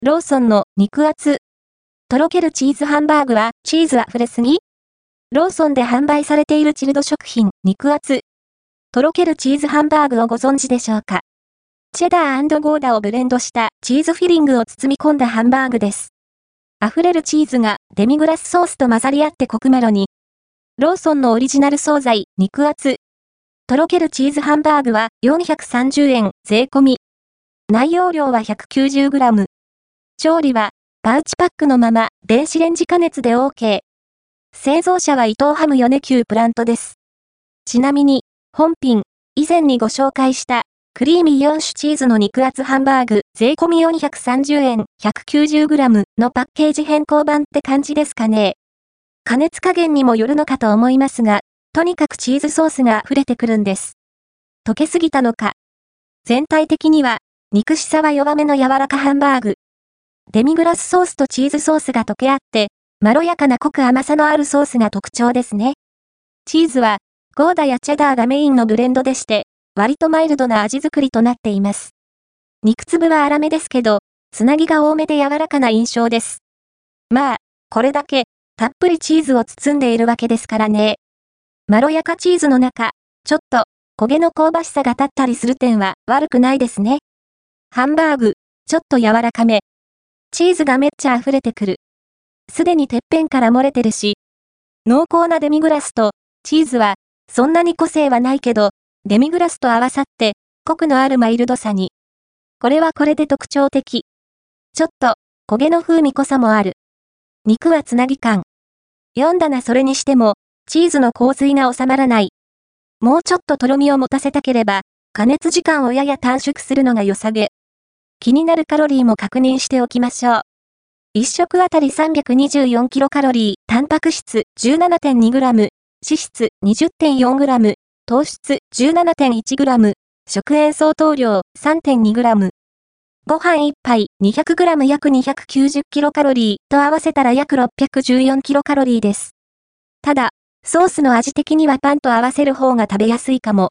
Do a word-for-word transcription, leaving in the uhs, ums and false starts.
ローソンの肉厚。とろけるチーズハンバーグはチーズあふれすぎ？ローソンで販売されているチルド食品、肉厚。とろけるチーズハンバーグをご存知でしょうか？チェダー&ゴーダをブレンドしたチーズフィリングを包み込んだハンバーグです。溢れるチーズがデミグラスソースと混ざり合ってコクマロに。ローソンのオリジナル惣菜、肉厚。とろけるチーズハンバーグはよんひゃくさんじゅうえん税込み。内容量は ひゃくきゅうじゅうグラム。調理はパウチパックのまま電子レンジ加熱で OK。製造者は伊藤ハム米久プラントです。ちなみに、本品、以前にご紹介したクリーミーよん種チーズの肉厚ハンバーグ税込みよんひゃくさんじゅうえん ひゃくきゅうじゅうグラム のパッケージ変更版って感じですかね。加熱加減にもよるのかと思いますが、とにかくチーズソースが溢れてくるんです。溶けすぎたのか。全体的には、肉しさは弱めの柔らかハンバーグ。デミグラスソースとチーズソースが溶け合って、まろやかな濃く甘さのあるソースが特徴ですね。チーズは、ゴーダやチェダーがメインのブレンドでして、割とマイルドな味作りとなっています。肉粒は粗めですけど、つなぎが多めで柔らかな印象です。まあ、これだけ、たっぷりチーズを包んでいるわけですからね。まろやかチーズの中、ちょっと、焦げの香ばしさが立ったりする点は悪くないですね。ハンバーグ、ちょっと柔らかめ。チーズがめっちゃ溢れてくる。すでにてっぺんから漏れてるし。濃厚なデミグラスと、チーズは、そんなに個性はないけど、デミグラスと合わさって、コクのあるマイルドさに。これはこれで特徴的。ちょっと、焦げの風味濃さもある。肉はつなぎ感。読んだなそれにしても、チーズの洪水が収まらない。もうちょっととろみを持たせたければ、加熱時間をやや短縮するのが良さげ。気になるカロリーも確認しておきましょう。いっ食あたり さんびゃくにじゅうよんキロカロリー、タンパク質 じゅうななてんにグラム、脂質 にじゅってんよんグラム、糖質 じゅうななてんいちグラム、食塩相当量 さんてんにグラム。ご飯いっぱい にひゃくグラム 約にひゃくきゅうじゅうキロカロリーと合わせたら約ろっぴゃくじゅうよんキロカロリーです。ただ、ソースの味的にはパンと合わせる方が食べやすいかも。